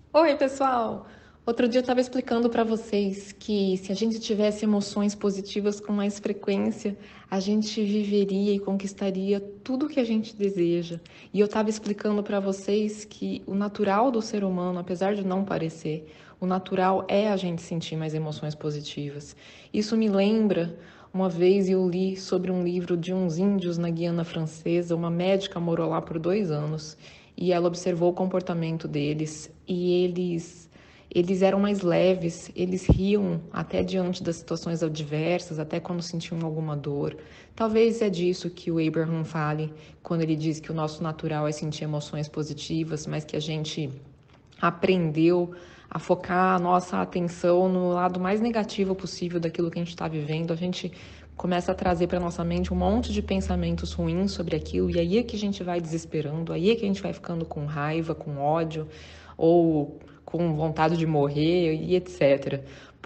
Oi, pessoal! Outro dia eu estava explicando para vocês que se a gente tivesse emoções positivas com mais frequência, a gente viveria e conquistaria tudo o que a gente deseja. E eu estava explicando para vocês que o natural do ser humano, apesar de não parecer, o natural é a gente sentir mais emoções positivas. Isso me lembra uma vez eu li sobre um livro de uns índios na Guiana Francesa. Uma médica morou lá por 2 anos e ela observou o comportamento deles e eles eram mais leves, eles riam até diante das situações adversas, até quando sentiam alguma dor. Talvez é disso que o Abraham fale quando ele diz que o nosso natural é sentir emoções positivas, mas que a gente aprendeu a focar a nossa atenção no lado mais negativo possível daquilo que a gente está vivendo. A gente começa a trazer para nossa mente um monte de pensamentos ruins sobre aquilo, e aí é que a gente vai desesperando, aí é que a gente vai ficando com raiva, com ódio, ou com vontade de morrer e etc.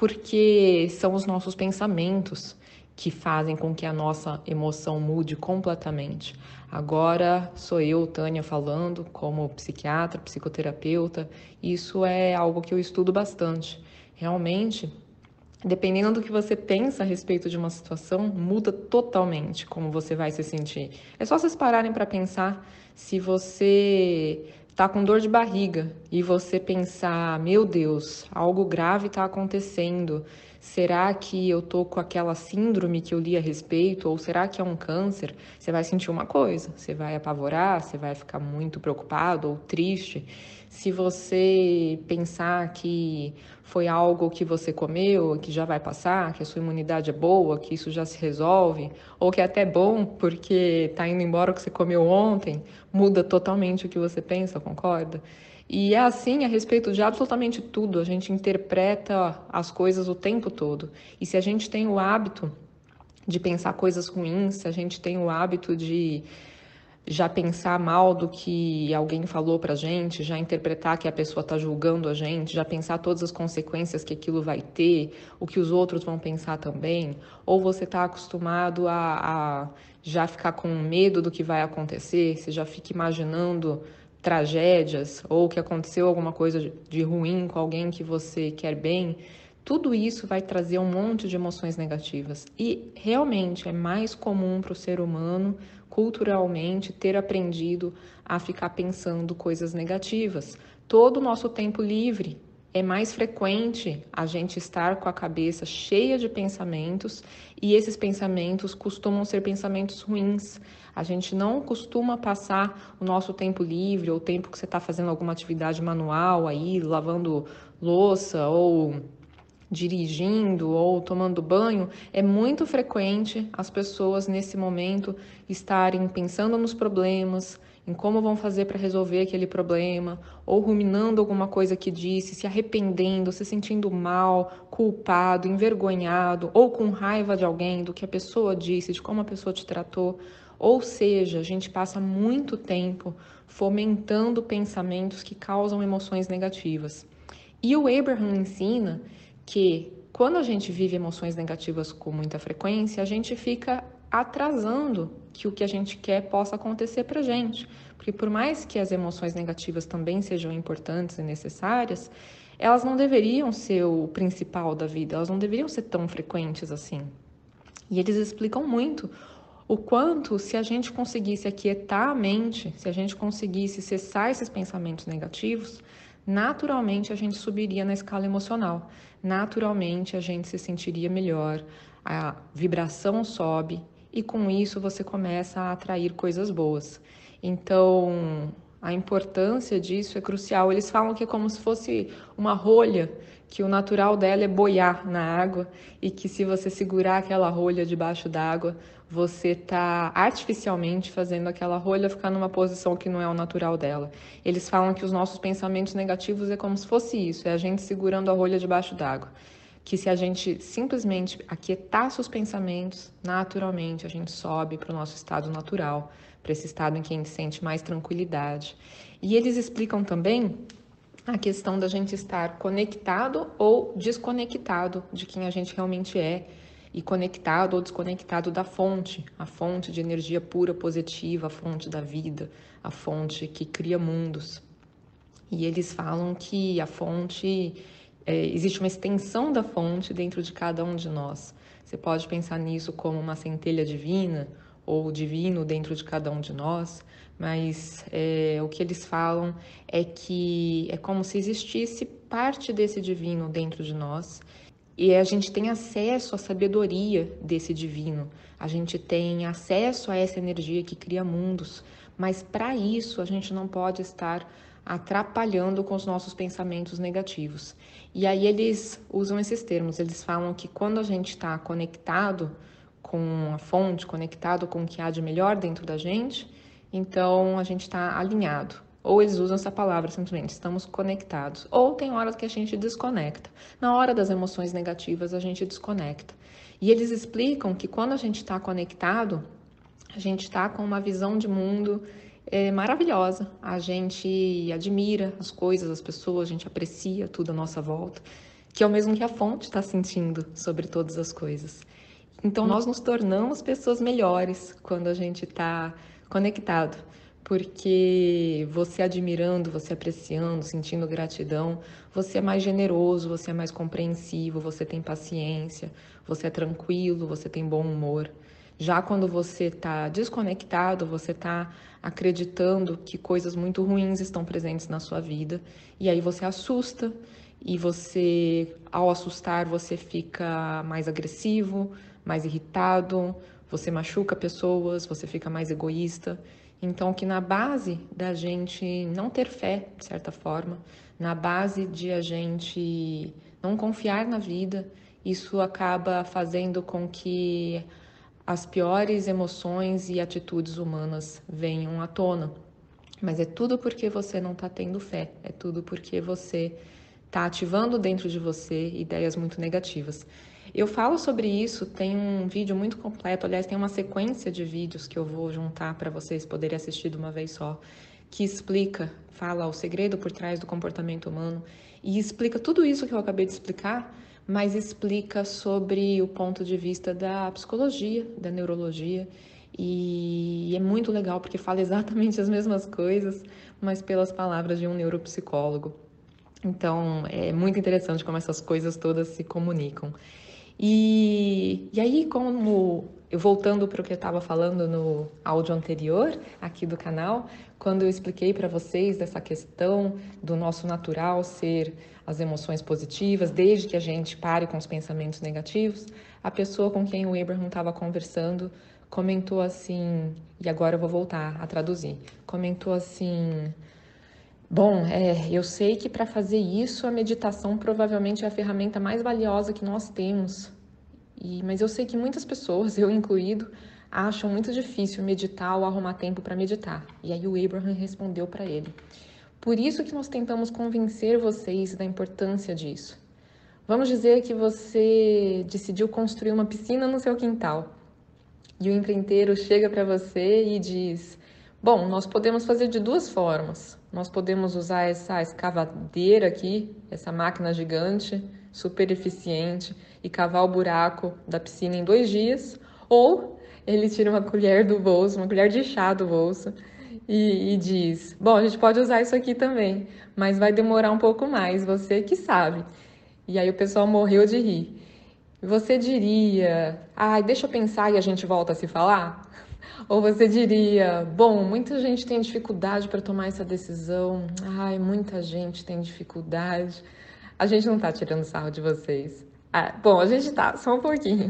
Porque são os nossos pensamentos que fazem com que a nossa emoção mude completamente. Agora sou eu, Tânia, falando como psiquiatra, psicoterapeuta. Isso é algo que eu estudo bastante. Realmente, dependendo do que você pensa a respeito de uma situação, muda totalmente como você vai se sentir. É só vocês pararem para pensar. Se você está com dor de barriga e você pensar, meu Deus, algo grave está acontecendo. Será que eu tô com aquela síndrome que eu li a respeito? Ou será que é um câncer? Você vai sentir uma coisa, você vai apavorar, você vai ficar muito preocupado ou triste. Se você pensar que foi algo que você comeu, que já vai passar, que a sua imunidade é boa, que isso já se resolve, ou que é até bom porque está indo embora o que você comeu ontem, muda totalmente o que você pensa, concorda? E é assim a respeito de absolutamente tudo, a gente interpreta as coisas o tempo todo. E se a gente tem o hábito de pensar coisas ruins, se a gente tem o hábito de já pensar mal do que alguém falou pra gente, já interpretar que a pessoa está julgando a gente, já pensar todas as consequências que aquilo vai ter, o que os outros vão pensar também, ou você está acostumado a já ficar com medo do que vai acontecer, você já fica imaginando tragédias ou que aconteceu alguma coisa de ruim com alguém que você quer bem. Tudo isso vai trazer um monte de emoções negativas. E realmente é mais comum para o ser humano, culturalmente, ter aprendido a ficar pensando coisas negativas. Todo o nosso tempo livre é mais frequente a gente estar com a cabeça cheia de pensamentos, e esses pensamentos costumam ser pensamentos ruins. A gente não costuma passar o nosso tempo livre, ou o tempo que você está fazendo alguma atividade manual aí, lavando louça ou dirigindo ou tomando banho. É muito frequente as pessoas nesse momento estarem pensando nos problemas, em como vão fazer para resolver aquele problema, ou ruminando alguma coisa que disse, se arrependendo, se sentindo mal, culpado, envergonhado, ou com raiva de alguém, do que a pessoa disse, de como a pessoa te tratou. Ou seja, a gente passa muito tempo fomentando pensamentos que causam emoções negativas. E o Abraham ensina que quando a gente vive emoções negativas com muita frequência, a gente fica atrasando que o que a gente quer possa acontecer para a gente. Porque por mais que as emoções negativas também sejam importantes e necessárias, elas não deveriam ser o principal da vida, elas não deveriam ser tão frequentes assim. E eles explicam muito o quanto, se a gente conseguisse aquietar a mente, se a gente conseguisse cessar esses pensamentos negativos, naturalmente a gente subiria na escala emocional. Naturalmente a gente se sentiria melhor, a vibração sobe e com isso você começa a atrair coisas boas. Então, a importância disso é crucial. Eles falam que é como se fosse uma rolha, que o natural dela é boiar na água e que se você segurar aquela rolha debaixo d'água, você está artificialmente fazendo aquela rolha ficar numa posição que não é o natural dela. Eles falam que os nossos pensamentos negativos é como se fosse isso, é a gente segurando a rolha debaixo d'água. Que se a gente simplesmente aquietasse os pensamentos, naturalmente a gente sobe para o nosso estado natural, para esse estado em que a gente sente mais tranquilidade. E eles explicam também a questão da gente estar conectado ou desconectado de quem a gente realmente é, e conectado ou desconectado da fonte, a fonte de energia pura positiva, a fonte da vida, a fonte que cria mundos. E eles falam que a fonte, existe uma extensão da fonte dentro de cada um de nós. Você pode pensar nisso como uma centelha divina ou divino dentro de cada um de nós, mas o que eles falam é que é como se existisse parte desse divino dentro de nós e a gente tem acesso à sabedoria desse divino, a gente tem acesso a essa energia que cria mundos, mas para isso a gente não pode estar atrapalhando com os nossos pensamentos negativos. E aí eles usam esses termos, eles falam que quando a gente está conectado com a fonte, conectado com o que há de melhor dentro da gente, então a gente está alinhado. Ou eles usam essa palavra simplesmente, estamos conectados. Ou tem horas que a gente desconecta. Na hora das emoções negativas, a gente desconecta. E eles explicam que quando a gente está conectado, a gente está com uma visão de mundo maravilhosa. A gente admira as coisas, as pessoas, a gente aprecia tudo à nossa volta, que é o mesmo que a fonte está sentindo sobre todas as coisas. Então, nós nos tornamos pessoas melhores quando a gente está conectado, porque você admirando, você apreciando, sentindo gratidão, você é mais generoso, você é mais compreensivo, você tem paciência, você é tranquilo, você tem bom humor. Já quando você está desconectado, você está acreditando que coisas muito ruins estão presentes na sua vida, e aí você assusta, e você, ao assustar, você fica mais agressivo, mais irritado, você machuca pessoas, você fica mais egoísta. Então, que na base da gente não ter fé, de certa forma, na base de a gente não confiar na vida, isso acaba fazendo com que as piores emoções e atitudes humanas venham à tona. Mas é tudo porque você não está tendo fé, é tudo porque você está ativando dentro de você ideias muito negativas. Eu falo sobre isso, tem um vídeo muito completo, aliás, tem uma sequência de vídeos que eu vou juntar para vocês poderem assistir de uma vez só, que explica, fala o segredo por trás do comportamento humano e explica tudo isso que eu acabei de explicar, mas explica sobre o ponto de vista da psicologia, da neurologia, e é muito legal porque fala exatamente as mesmas coisas, mas pelas palavras de um neuropsicólogo. Então, é muito interessante como essas coisas todas se comunicam. E aí, como eu voltando para o que eu estava falando no áudio anterior aqui do canal, quando eu expliquei para vocês dessa questão do nosso natural ser as emoções positivas, desde que a gente pare com os pensamentos negativos, a pessoa com quem o Abraham estava conversando comentou assim, e agora eu vou voltar a traduzir, comentou assim: bom, eu sei que para fazer isso a meditação provavelmente é a ferramenta mais valiosa que nós temos. Mas eu sei que muitas pessoas, eu incluído, acham muito difícil meditar ou arrumar tempo para meditar. E aí o Abraham respondeu para ele: por isso que nós tentamos convencer vocês da importância disso. Vamos dizer que você decidiu construir uma piscina no seu quintal. E o empreiteiro chega para você e diz: bom, nós podemos fazer de duas formas. Nós podemos usar essa escavadeira aqui, essa máquina gigante, super eficiente, e cavar o buraco da piscina em 2 dias. Ou ele tira uma colher do bolso, uma colher de chá do bolso, e diz: bom, a gente pode usar isso aqui também, mas vai demorar um pouco mais, você que sabe. E aí o pessoal morreu de rir. Você diria, ai, deixa eu pensar e a gente volta a se falar? Ou você diria, bom, muita gente tem dificuldade para tomar essa decisão, ai, muita gente tem dificuldade. A gente não tá tirando sarro de vocês. Bom, a gente tá, só um pouquinho.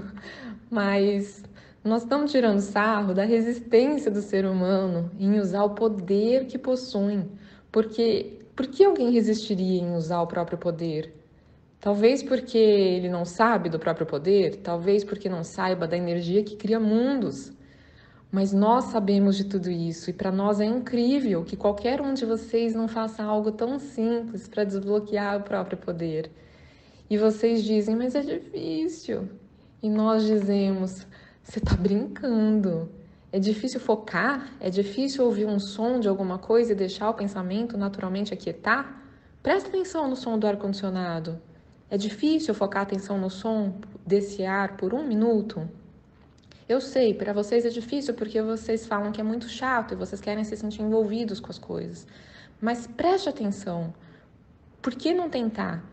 Mas nós estamos tirando sarro da resistência do ser humano em usar o poder que possuem. Porque por que alguém resistiria em usar o próprio poder? Talvez porque ele não sabe do próprio poder, talvez porque não saiba da energia que cria mundos. Mas nós sabemos de tudo isso e para nós é incrível que qualquer um de vocês não faça algo tão simples para desbloquear o próprio poder. E vocês dizem, mas é difícil. E nós dizemos, você está brincando. É difícil focar? É difícil ouvir um som de alguma coisa e deixar o pensamento naturalmente aquietar? Presta atenção no som do ar-condicionado. É difícil focar a atenção no som desse ar por 1 minuto? Eu sei, para vocês é difícil porque vocês falam que é muito chato e vocês querem se sentir envolvidos com as coisas. Mas preste atenção, por que não tentar?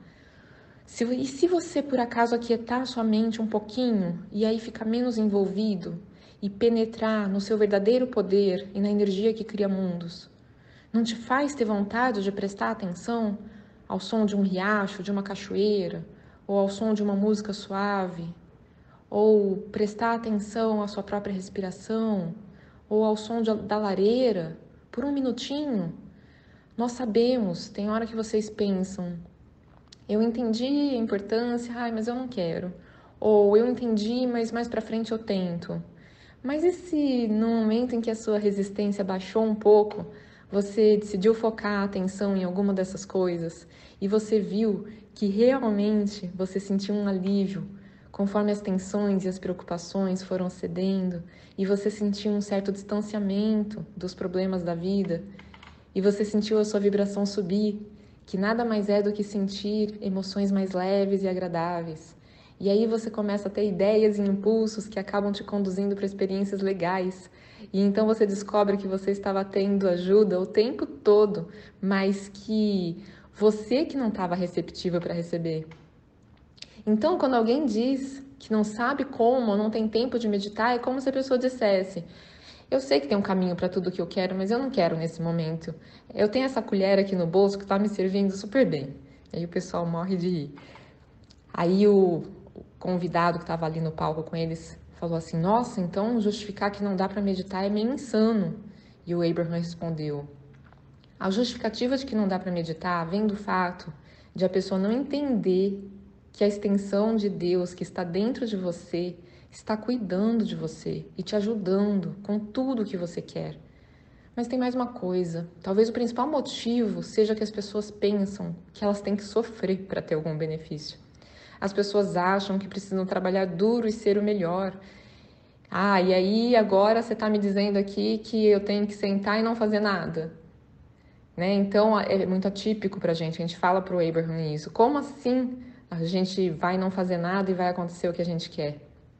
E se você, por acaso, aquietar sua mente um pouquinho e aí ficar menos envolvido e penetrar no seu verdadeiro poder e na energia que cria mundos? Não te faz ter vontade de prestar atenção ao som de um riacho, de uma cachoeira, ou ao som de uma música suave, ou prestar atenção à sua própria respiração, ou ao som da lareira, por um minutinho? Nós sabemos, tem hora que vocês pensam, eu entendi a importância, ai, mas eu não quero. Ou eu entendi, mas mais pra frente eu tento. Mas e se no momento em que a sua resistência baixou um pouco, você decidiu focar a atenção em alguma dessas coisas e você viu que realmente você sentiu um alívio conforme as tensões e as preocupações foram cedendo e você sentiu um certo distanciamento dos problemas da vida e você sentiu a sua vibração subir, que nada mais é do que sentir emoções mais leves e agradáveis. E aí você começa a ter ideias e impulsos que acabam te conduzindo para experiências legais. E então você descobre que você estava tendo ajuda o tempo todo, mas que você que não estava receptiva para receber. Então, quando alguém diz que não sabe como, ou não tem tempo de meditar, é como se a pessoa dissesse: eu sei que tem um caminho para tudo que eu quero, mas eu não quero nesse momento. Eu tenho essa colher aqui no bolso que está me servindo super bem. Aí o pessoal morre de rir. Aí o convidado que estava ali no palco com eles falou assim: nossa, então justificar que não dá para meditar é meio insano. E o Abraham respondeu: a justificativa de que não dá para meditar vem do fato de a pessoa não entender que a extensão de Deus que está dentro de você está cuidando de você e te ajudando com tudo o que você quer. Mas tem mais uma coisa. Talvez o principal motivo seja que as pessoas pensam que elas têm que sofrer para ter algum benefício. As pessoas acham que precisam trabalhar duro e ser o melhor. Ah, e aí agora você está me dizendo aqui que eu tenho que sentar e não fazer nada. Né? Então é muito atípico para a gente fala para o Abraham isso. Como assim a gente vai não fazer nada e vai acontecer o que a gente quer?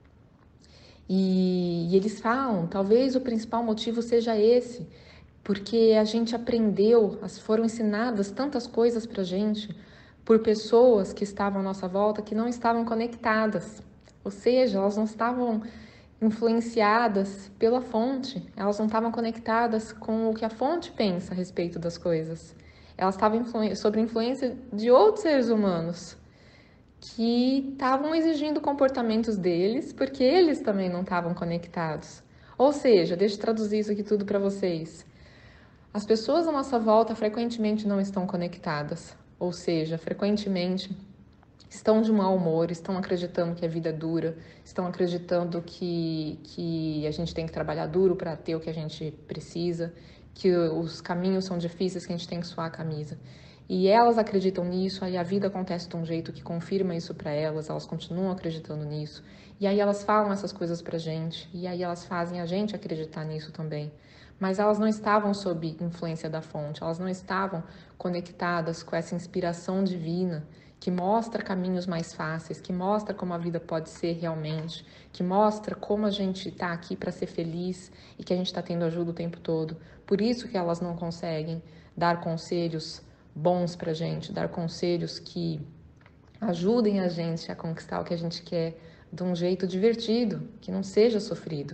E eles falam, talvez o principal motivo seja esse, porque a gente aprendeu, foram ensinadas tantas coisas para a gente por pessoas que estavam à nossa volta que não estavam conectadas, ou seja, elas não estavam influenciadas pela fonte, elas não estavam conectadas com o que a fonte pensa a respeito das coisas. Elas estavam sob influência de outros seres humanos que estavam exigindo comportamentos deles porque eles também não estavam conectados. Ou seja, deixa eu traduzir isso aqui tudo para vocês. As pessoas à nossa volta frequentemente não estão conectadas, ou seja, frequentemente estão de mau humor, estão acreditando que a vida é dura, estão acreditando que a gente tem que trabalhar duro para ter o que a gente precisa, que os caminhos são difíceis, que a gente tem que suar a camisa. E elas acreditam nisso, aí a vida acontece de um jeito que confirma isso para elas continuam acreditando nisso. E aí elas falam essas coisas pra gente, e aí elas fazem a gente acreditar nisso também. Mas elas não estavam sob influência da fonte, elas não estavam conectadas com essa inspiração divina que mostra caminhos mais fáceis, que mostra como a vida pode ser realmente, que mostra como a gente está aqui para ser feliz e que a gente está tendo ajuda o tempo todo. Por isso que elas não conseguem dar conselhos bons para a gente, dar conselhos que ajudem a gente a conquistar o que a gente quer de um jeito divertido, que não seja sofrido.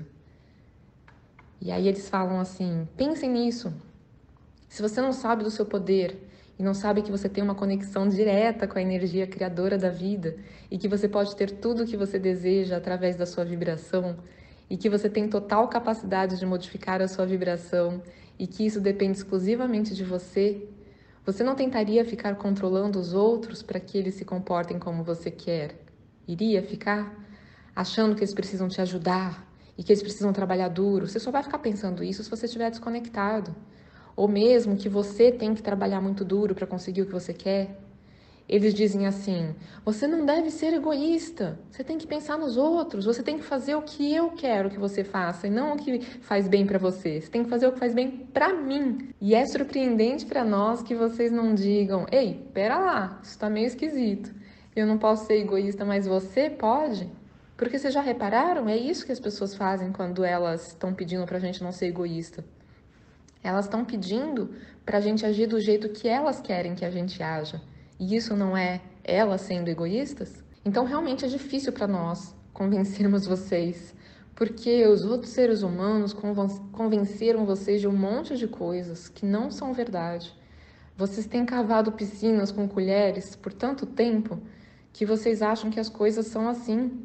E aí eles falam assim, pensem nisso. Se você não sabe do seu poder e não sabe que você tem uma conexão direta com a energia criadora da vida e que você pode ter tudo o que você deseja através da sua vibração e que você tem total capacidade de modificar a sua vibração e que isso depende exclusivamente de você, você não tentaria ficar controlando os outros para que eles se comportem como você quer? Iria ficar achando que eles precisam te ajudar e que eles precisam trabalhar duro? Você só vai ficar pensando isso se você estiver desconectado. Ou mesmo que você tem que trabalhar muito duro para conseguir o que você quer. Eles dizem assim, você não deve ser egoísta, você tem que pensar nos outros, você tem que fazer o que eu quero que você faça e não o que faz bem para você. Você tem que fazer o que faz bem para mim. E é surpreendente para nós que vocês não digam, ei, pera lá, isso tá meio esquisito. Eu não posso ser egoísta, mas você pode? Porque vocês já repararam? É isso que as pessoas fazem quando elas estão pedindo pra gente não ser egoísta. Elas estão pedindo para a gente agir do jeito que elas querem que a gente haja. E isso não é elas sendo egoístas? Então, realmente é difícil para nós convencermos vocês, porque os outros seres humanos convenceram vocês de um monte de coisas que não são verdade. Vocês têm cavado piscinas com colheres por tanto tempo que vocês acham que as coisas são assim.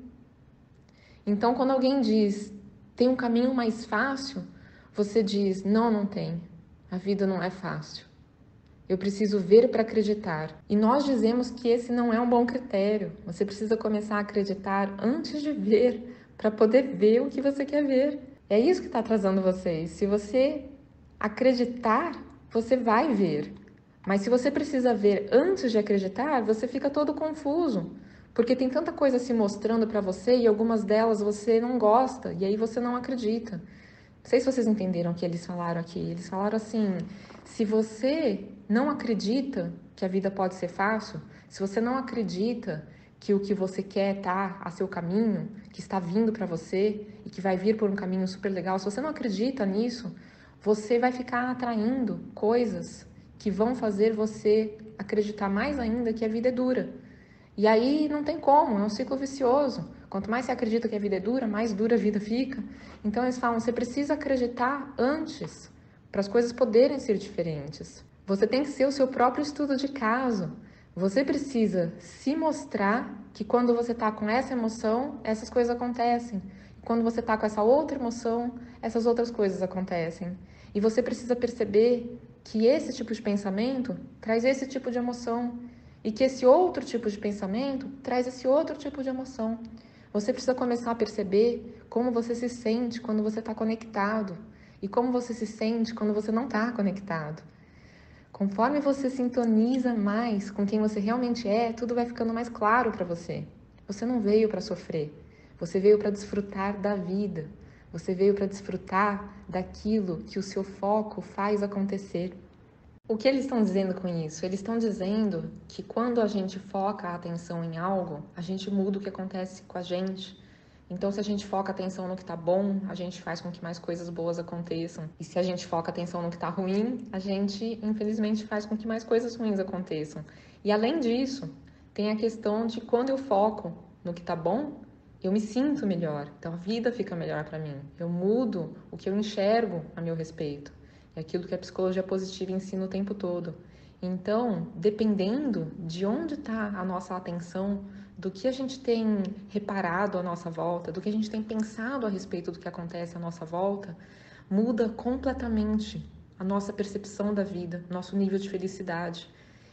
Então, quando alguém diz, tem um caminho mais fácil, você diz, não, não tem. A vida não é fácil. Eu preciso ver para acreditar. E nós dizemos que esse não é um bom critério. Você precisa começar a acreditar antes de ver, para poder ver o que você quer ver. É isso que está atrasando vocês. Se você acreditar, você vai ver. Mas se você precisa ver antes de acreditar, você fica todo confuso. Porque tem tanta coisa se mostrando para você e algumas delas você não gosta, e aí você não acredita. Não sei se vocês entenderam o que eles falaram aqui. Eles falaram assim: se você não acredita que a vida pode ser fácil, se você não acredita que o que você quer está a seu caminho, que está vindo para você e que vai vir por um caminho super legal, se você não acredita nisso, você vai ficar atraindo coisas que vão fazer você acreditar mais ainda que a vida é dura. E aí não tem como, é um ciclo vicioso. Quanto mais você acredita que a vida é dura, mais dura a vida fica. Então eles falam, você precisa acreditar antes, para as coisas poderem ser diferentes. Você tem que ser o seu próprio estudo de caso. Você precisa se mostrar que quando você está com essa emoção, essas coisas acontecem. Quando você está com essa outra emoção, essas outras coisas acontecem. E você precisa perceber que esse tipo de pensamento traz esse tipo de emoção e que esse outro tipo de pensamento traz esse outro tipo de emoção. Você precisa começar a perceber como você se sente quando você está conectado e como você se sente quando você não está conectado. Conforme você sintoniza mais com quem você realmente é, tudo vai ficando mais claro para você. Você não veio para sofrer, você veio para desfrutar da vida, você veio para desfrutar daquilo que o seu foco faz acontecer. O que eles estão dizendo com isso? Eles estão dizendo que quando a gente foca a atenção em algo, a gente muda o que acontece com a gente. Então, se a gente foca a atenção no que tá bom, a gente faz com que mais coisas boas aconteçam. E se a gente foca a atenção no que tá ruim, a gente, infelizmente, faz com que mais coisas ruins aconteçam. E além disso, tem a questão de quando eu foco no que tá bom, eu me sinto melhor. Então, a vida fica melhor para mim. Eu mudo o que eu enxergo a meu respeito. É aquilo que a psicologia positiva ensina o tempo todo. Então, dependendo de onde está a nossa atenção, do que a gente tem reparado à nossa volta, do que a gente tem pensado a respeito do que acontece à nossa volta, muda completamente a nossa percepção da vida, nosso nível de felicidade.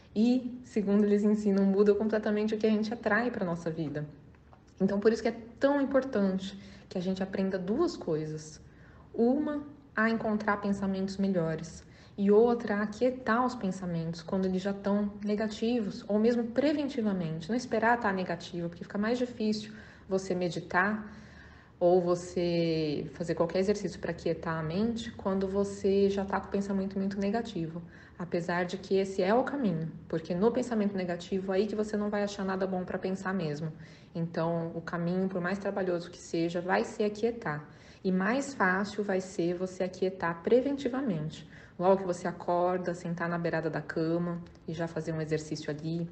E, segundo eles ensinam, muda completamente o que a gente atrai para a nossa vida. Então, por isso que é tão importante que a gente aprenda duas coisas. Uma, a encontrar pensamentos melhores. E outra, a aquietar os pensamentos quando eles já estão negativos, ou mesmo preventivamente. Não esperar estar negativo, porque fica mais difícil você meditar ou você fazer qualquer exercício para aquietar a mente quando você já está com o pensamento muito negativo. Apesar de que esse é o caminho, porque no pensamento negativo é aí que você não vai achar nada bom para pensar mesmo. Então, o caminho, por mais trabalhoso que seja, vai ser aquietar. E mais fácil vai ser você aquietar preventivamente. Logo que você acorda, sentar na beirada da cama e já fazer um exercício ali.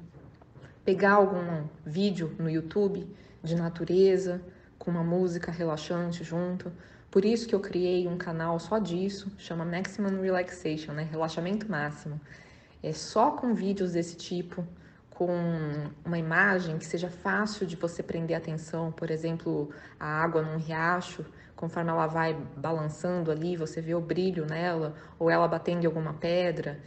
Pegar algum vídeo no YouTube de natureza, com uma música relaxante junto. Por isso que eu criei um canal só disso, chama Maximum Relaxation, né? Relaxamento máximo. É só com vídeos desse tipo, com uma imagem que seja fácil de você prender atenção, por exemplo, a água num riacho, conforme ela vai balançando ali, você vê o brilho nela, ou ela batendo em alguma pedra,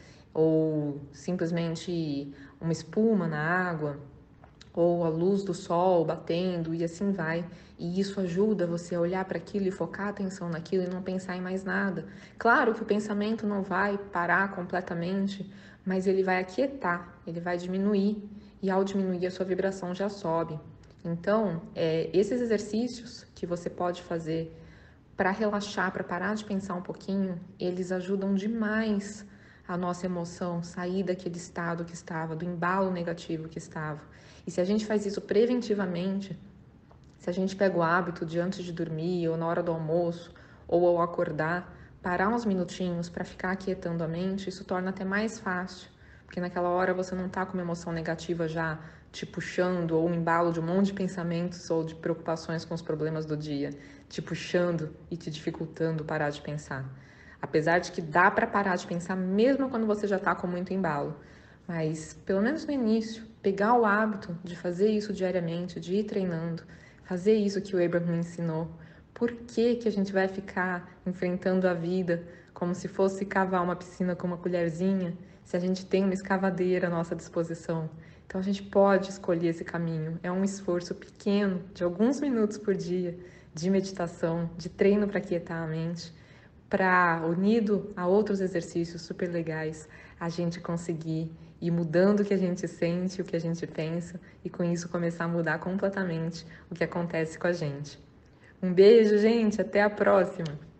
ou simplesmente uma espuma na água, ou a luz do sol batendo e assim vai. E isso ajuda você a olhar para aquilo e focar a atenção naquilo e não pensar em mais nada. Claro que o pensamento não vai parar completamente, mas ele vai aquietar, ele vai diminuir e ao diminuir a sua vibração já sobe. Então, esses exercícios que você pode fazer para relaxar, para parar de pensar um pouquinho, eles ajudam demais a nossa emoção sair daquele estado que estava, do embalo negativo que estava. E se a gente faz isso preventivamente, se a gente pega o hábito de antes de dormir, ou na hora do almoço, ou ao acordar, parar uns minutinhos para ficar aquietando a mente, isso torna até mais fácil, porque naquela hora você não está com uma emoção negativa já te puxando, ou um embalo de um monte de pensamentos ou de preocupações com os problemas do dia, te puxando e te dificultando parar de pensar. Apesar de que dá para parar de pensar mesmo quando você já está com muito embalo, mas pelo menos no início, pegar o hábito de fazer isso diariamente, de ir treinando, fazer isso que o Abraham me ensinou. Por que que a gente vai ficar enfrentando a vida como se fosse cavar uma piscina com uma colherzinha, se a gente tem uma escavadeira à nossa disposição? Então a gente pode escolher esse caminho. É um esforço pequeno, de alguns minutos por dia, de meditação, de treino para quietar a mente, para, unido a outros exercícios super legais, a gente conseguir ir mudando o que a gente sente, o que a gente pensa, e com isso começar a mudar completamente o que acontece com a gente. Um beijo, gente, até a próxima!